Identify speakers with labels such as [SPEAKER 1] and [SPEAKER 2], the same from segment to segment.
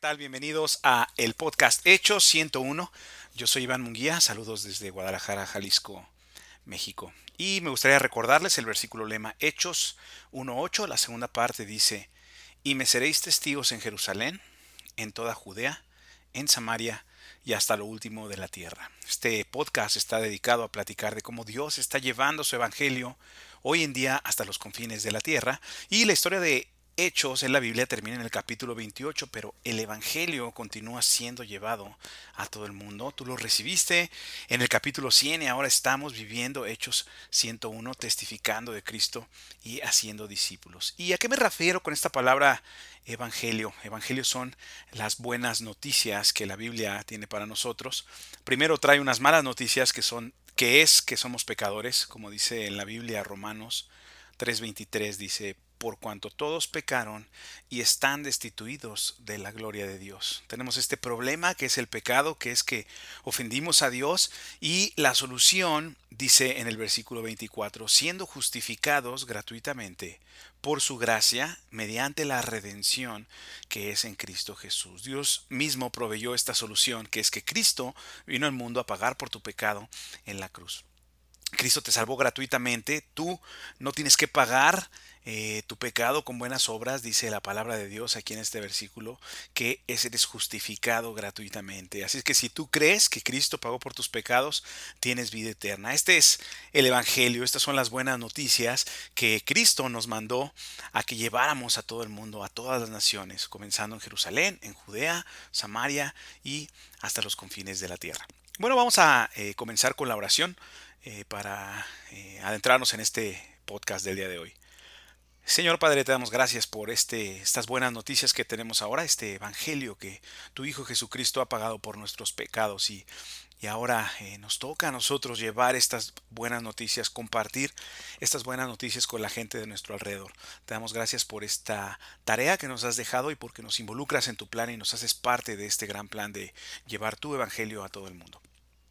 [SPEAKER 1] tal? Bienvenidos a el podcast Hechos 101. Yo soy Iván Munguía, saludos desde Guadalajara, Jalisco, México. Y me gustaría recordarles el versículo lema Hechos 1:8. La segunda parte dice: Y me seréis testigos en Jerusalén, en toda Judea, en Samaria y hasta lo último de la tierra. Este podcast está dedicado a platicar de cómo Dios está llevando su evangelio hoy en día hasta los confines de la tierra. Y la historia de Hechos en la Biblia termina en el capítulo 28, pero el Evangelio continúa siendo llevado a todo el mundo. Tú lo recibiste en el capítulo 100 y ahora estamos viviendo Hechos 101, testificando de Cristo y haciendo discípulos. ¿Y a qué me refiero con esta palabra Evangelio? Evangelio son las buenas noticias que la Biblia tiene para nosotros. Primero trae unas malas noticias que somos pecadores, como dice en la Biblia Romanos 3:23 dice: por cuanto todos pecaron y están destituidos de la gloria de Dios. Tenemos este problema que es el pecado, que es que ofendimos a Dios, y la solución dice en el versículo 24: siendo justificados gratuitamente por su gracia mediante la redención que es en Cristo Jesús. Dios mismo proveyó esta solución, que es que Cristo vino al mundo a pagar por tu pecado en la cruz. Cristo te salvó gratuitamente, tú no tienes que pagar tu pecado con buenas obras, dice la palabra de Dios aquí en este versículo, que eres justificado gratuitamente. Así es que si tú crees que Cristo pagó por tus pecados, tienes vida eterna. Este es el Evangelio, estas son las buenas noticias que Cristo nos mandó a que lleváramos a todo el mundo, a todas las naciones, comenzando en Jerusalén, en Judea, Samaria y hasta los confines de la tierra. Bueno, vamos a comenzar con la oración para adentrarnos en este podcast del día de hoy. Señor Padre, te damos gracias por estas buenas noticias que tenemos ahora, este Evangelio que tu Hijo Jesucristo ha pagado por nuestros pecados y ahora nos toca a nosotros llevar estas buenas noticias, compartir estas buenas noticias con la gente de nuestro alrededor. Te damos gracias por esta tarea que nos has dejado y porque nos involucras en tu plan y nos haces parte de este gran plan de llevar tu Evangelio a todo el mundo.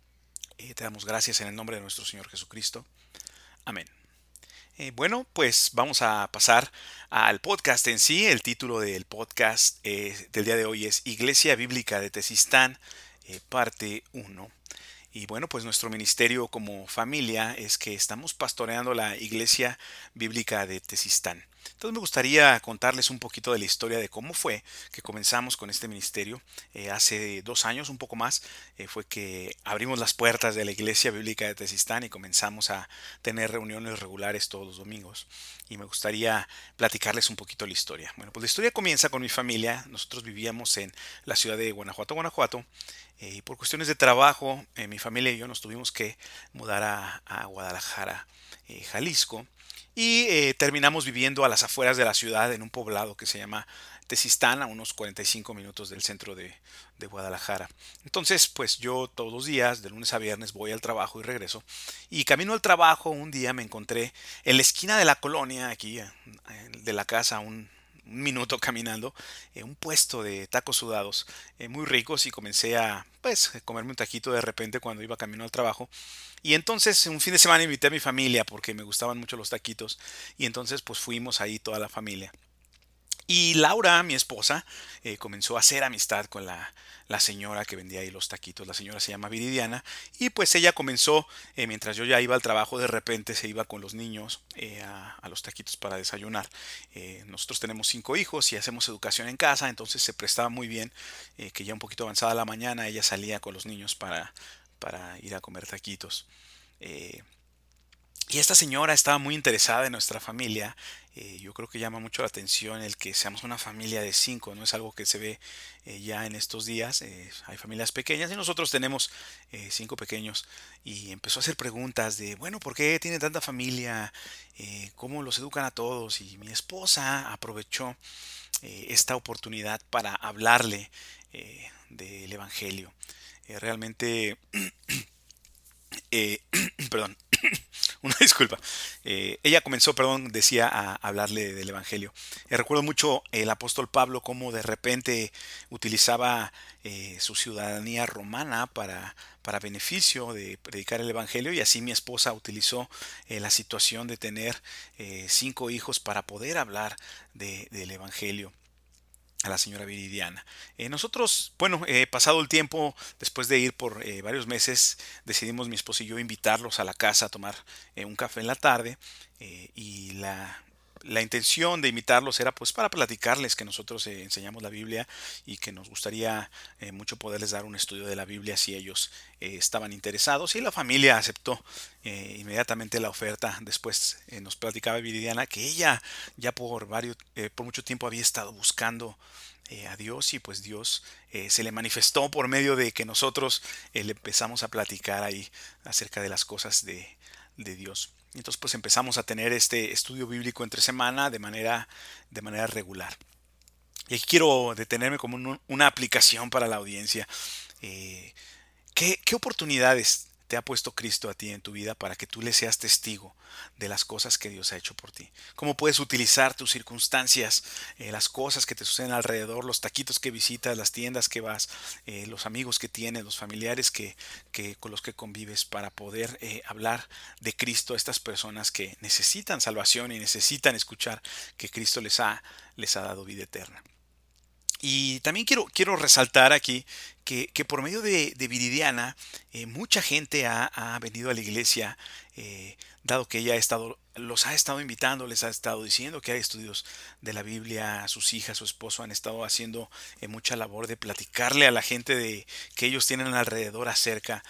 [SPEAKER 1] Te damos gracias en el nombre de nuestro Señor Jesucristo. Amén. Bueno, pues vamos a pasar al podcast en sí. El título del podcast del día de hoy es Iglesia Bíblica de Tezistán, parte 1. Y bueno, pues nuestro ministerio como familia es que estamos pastoreando la Iglesia Bíblica de Tezistán. Entonces me gustaría contarles un poquito de la historia de cómo fue que comenzamos con este ministerio. Hace 2 años, un poco más, fue que abrimos las puertas de la Iglesia Bíblica de Tezistán y comenzamos a tener reuniones regulares todos los domingos. Y me gustaría platicarles un poquito la historia. Bueno, pues la historia comienza con mi familia. Nosotros vivíamos en la ciudad de Guanajuato, Guanajuato. Y por cuestiones de trabajo, mi familia y yo nos tuvimos que mudar a Guadalajara, Jalisco. Y terminamos viviendo a las afueras de la ciudad en un poblado que se llama Tezistán, a unos 45 minutos del centro de Guadalajara. Entonces, pues yo todos los días, de lunes a viernes, voy al trabajo y regreso. Y camino al trabajo, un día me encontré en la esquina de la colonia, aquí de la casa, un minuto caminando, un puesto de tacos sudados muy ricos, y comencé a pues comerme un taquito de repente cuando iba camino al trabajo. Y entonces un fin de semana invité a mi familia porque me gustaban mucho los taquitos, y entonces pues fuimos ahí toda la familia. Y Laura, mi esposa, comenzó a hacer amistad con la señora que vendía ahí los taquitos. La señora se llama Viridiana. Y pues ella comenzó, mientras yo ya iba al trabajo, de repente se iba con los niños a los taquitos para desayunar. Nosotros tenemos 5 hijos y hacemos educación en casa, entonces se prestaba muy bien que ya un poquito avanzada la mañana ella salía con los niños para ir a comer taquitos. Eh, y esta señora estaba muy interesada en nuestra familia. Yo creo que llama mucho la atención el que seamos una familia de 5. No es algo que se ve ya en estos días. Hay familias pequeñas y nosotros tenemos 5 pequeños. Y empezó a hacer preguntas de, bueno, ¿por qué tiene tanta familia? ¿Cómo los educan a todos? Y mi esposa aprovechó esta oportunidad para hablarle del Evangelio. Realmente, perdón, una disculpa. Ella comenzó, perdón, decía, a hablarle del Evangelio. Recuerdo mucho el apóstol Pablo cómo de repente utilizaba su ciudadanía romana para beneficio de predicar el Evangelio, y así mi esposa utilizó la situación de tener 5 hijos para poder hablar del Evangelio. a la señora Viridiana. Nosotros, bueno, pasado el tiempo, después de ir por varios meses, decidimos mi esposo y yo invitarlos a la casa a tomar un café en la tarde y la intención de invitarlos era pues para platicarles que nosotros enseñamos la Biblia y que nos gustaría mucho poderles dar un estudio de la Biblia si ellos estaban interesados, y la familia aceptó inmediatamente la oferta. Después nos platicaba Viridiana que ella ya por mucho tiempo había estado buscando a Dios, y pues Dios se le manifestó por medio de que nosotros le empezamos a platicar ahí acerca de las cosas de Dios. Entonces pues empezamos a tener este estudio bíblico entre semana de manera regular. Y aquí quiero detenerme como una aplicación para la audiencia. Eh, ¿Qué oportunidades te ha puesto Cristo a ti en tu vida para que tú le seas testigo de las cosas que Dios ha hecho por ti? ¿Cómo puedes utilizar tus circunstancias, las cosas que te suceden alrededor, los taquitos que visitas, las tiendas que vas, los amigos que tienes, los familiares con los que convives, para poder hablar de Cristo a estas personas que necesitan salvación y necesitan escuchar que Cristo les ha dado vida eterna? Y también quiero resaltar aquí que por medio de Viridiana, mucha gente ha venido a la iglesia, dado que ella los ha estado invitando, les ha estado diciendo que hay estudios de la Biblia. Sus hijas, su esposo han estado haciendo mucha labor de platicarle a la gente de que ellos tienen alrededor acerca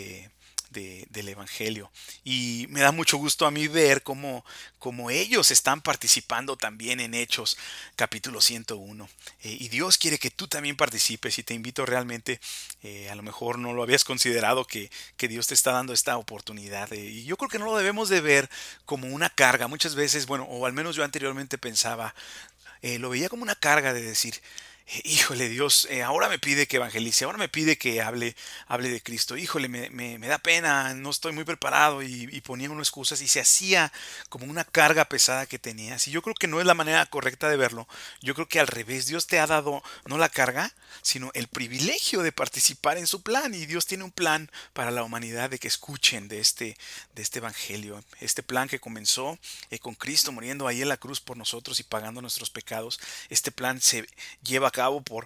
[SPEAKER 1] del Evangelio. Y me da mucho gusto a mí ver cómo ellos están participando también en Hechos capítulo 101. Y Dios quiere que tú también participes, y te invito realmente, a lo mejor no lo habías considerado, que Dios te está dando esta oportunidad. Y yo creo que no lo debemos de ver como una carga. Muchas veces, bueno, o al menos yo anteriormente pensaba, lo veía como una carga de decir, híjole, Dios, ahora me pide que evangelice, ahora me pide que hable de Cristo. Híjole, me da pena, no estoy muy preparado, y ponía unas excusas y se hacía como una carga pesada que tenías. Y yo creo que no es la manera correcta de verlo. Yo creo que al revés, Dios te ha dado no la carga, sino el privilegio de participar en su plan. Y Dios tiene un plan para la humanidad, de que escuchen de este evangelio. Este plan que comenzó con Cristo muriendo ahí en la cruz por nosotros y pagando nuestros pecados. Este plan se lleva a cabo por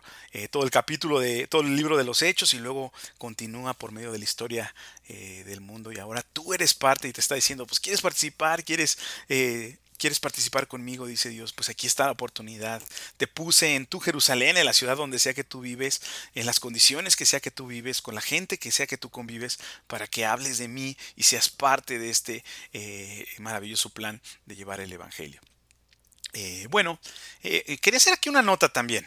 [SPEAKER 1] todo el libro de los Hechos, y luego continúa por medio de la historia del mundo. Y ahora tú eres parte, y te está diciendo, pues quieres participar, ¿quieres participar conmigo? Dice Dios, pues aquí está la oportunidad. Te puse en tu Jerusalén, en la ciudad donde sea que tú vives, en las condiciones que sea que tú vives, con la gente que sea que tú convives, para que hables de mí y seas parte de este maravilloso plan de llevar el Evangelio. Bueno, quería hacer aquí una nota también.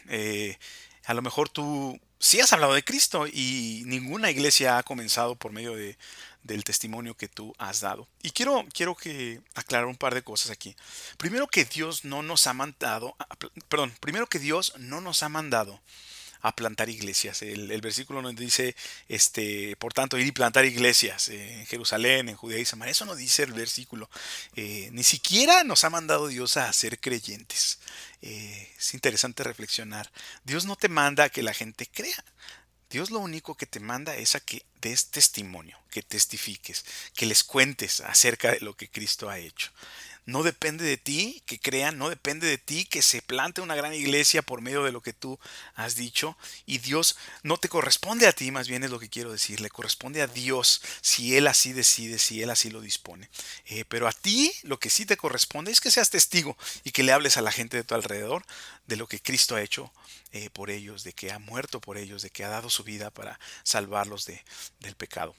[SPEAKER 1] A lo mejor tú sí has hablado de Cristo, y ninguna iglesia ha comenzado por medio del testimonio que tú has dado. Y quiero que aclarar un par de cosas aquí. Primero, que Dios no nos ha mandado, perdón, primero que Dios no nos ha mandado a plantar iglesias. El versículo nos dice, por tanto, ir y plantar iglesias en Jerusalén, en Judea y Samaria. Eso no dice el versículo. Ni siquiera nos ha mandado Dios a ser creyentes. Es interesante reflexionar. Dios no te manda a que la gente crea. Dios lo único que te manda es a que des testimonio, que testifiques, que les cuentes acerca de lo que Cristo ha hecho. No depende de ti que crean, no depende de ti que se plante una gran iglesia por medio de lo que tú has dicho. Y Dios no te corresponde a ti, más bien es lo que quiero decir, le corresponde a Dios si Él así decide, si Él así lo dispone. Pero a ti lo que sí te corresponde es que seas testigo y que le hables a la gente de tu alrededor de lo que Cristo ha hecho por ellos, de que ha muerto por ellos, de que ha dado su vida para salvarlos del pecado.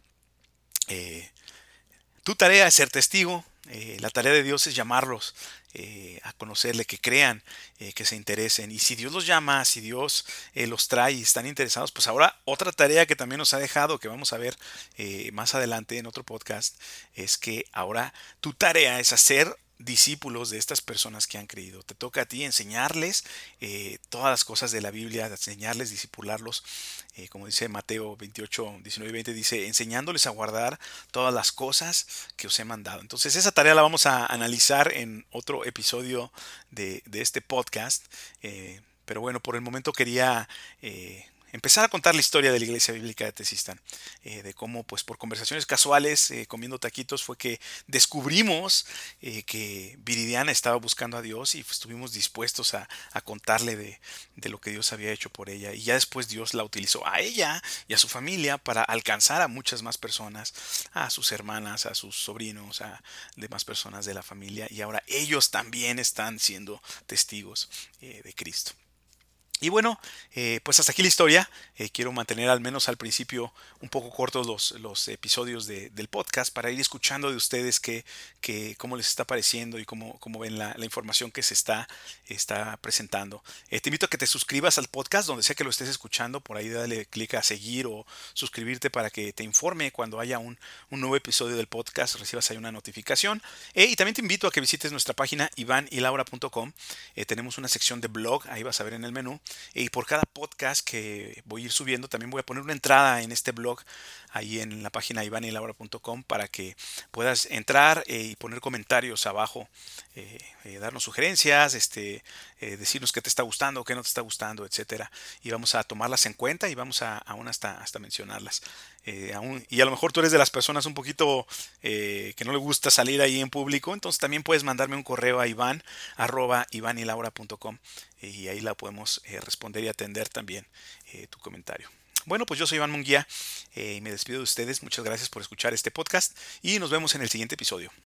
[SPEAKER 1] Eh, Tu tarea es ser testigo. La tarea de Dios es llamarlos a conocerle, que crean, que se interesen. Y si Dios los llama, si Dios los trae y están interesados, pues ahora otra tarea que también nos ha dejado, que vamos a ver más adelante en otro podcast, es que ahora tu tarea es hacer discípulos de estas personas que han creído. Te toca a ti enseñarles todas las cosas de la Biblia, enseñarles, discipularlos, como dice Mateo 28, 19 y 20, dice, enseñándoles a guardar todas las cosas que os he mandado. Entonces esa tarea la vamos a analizar en otro episodio de este podcast. Pero bueno, por el momento quería empezar a contar la historia de la Iglesia Bíblica de Tezistán, de cómo pues por conversaciones casuales, comiendo taquitos, fue que descubrimos que Viridiana estaba buscando a Dios y pues, estuvimos dispuestos a contarle de lo que Dios había hecho por ella. Y ya después Dios la utilizó a ella y a su familia para alcanzar a muchas más personas, a sus hermanas, a sus sobrinos, a demás personas de la familia. Y ahora ellos también están siendo testigos de Cristo. Y bueno, pues hasta aquí la historia. Quiero mantener al menos al principio un poco cortos los episodios del podcast para ir escuchando de ustedes cómo les está pareciendo y cómo ven la información que se está presentando. Te invito a que te suscribas al podcast donde sea que lo estés escuchando. Por ahí dale clic a seguir o suscribirte para que te informe cuando haya un nuevo episodio del podcast, recibas ahí una notificación. Y también te invito a que visites nuestra página ivanylaura.com. Tenemos una sección de blog, ahí vas a ver en el menú. Y por cada podcast que voy a ir subiendo, también voy a poner una entrada en este blog, ahí en la página ivanylaura.com, para que puedas entrar y poner comentarios abajo, darnos sugerencias, decirnos qué te está gustando, qué no te está gustando, etcétera. Y vamos a tomarlas en cuenta y vamos aún hasta mencionarlas. Y a lo mejor tú eres de las personas un poquito que no le gusta salir ahí en público, entonces también puedes mandarme un correo a ivanylaura.com y ahí la podemos responder y atender también tu comentario. Bueno, pues yo soy Iván Munguía y me despido de ustedes. Muchas gracias por escuchar este podcast y nos vemos en el siguiente episodio.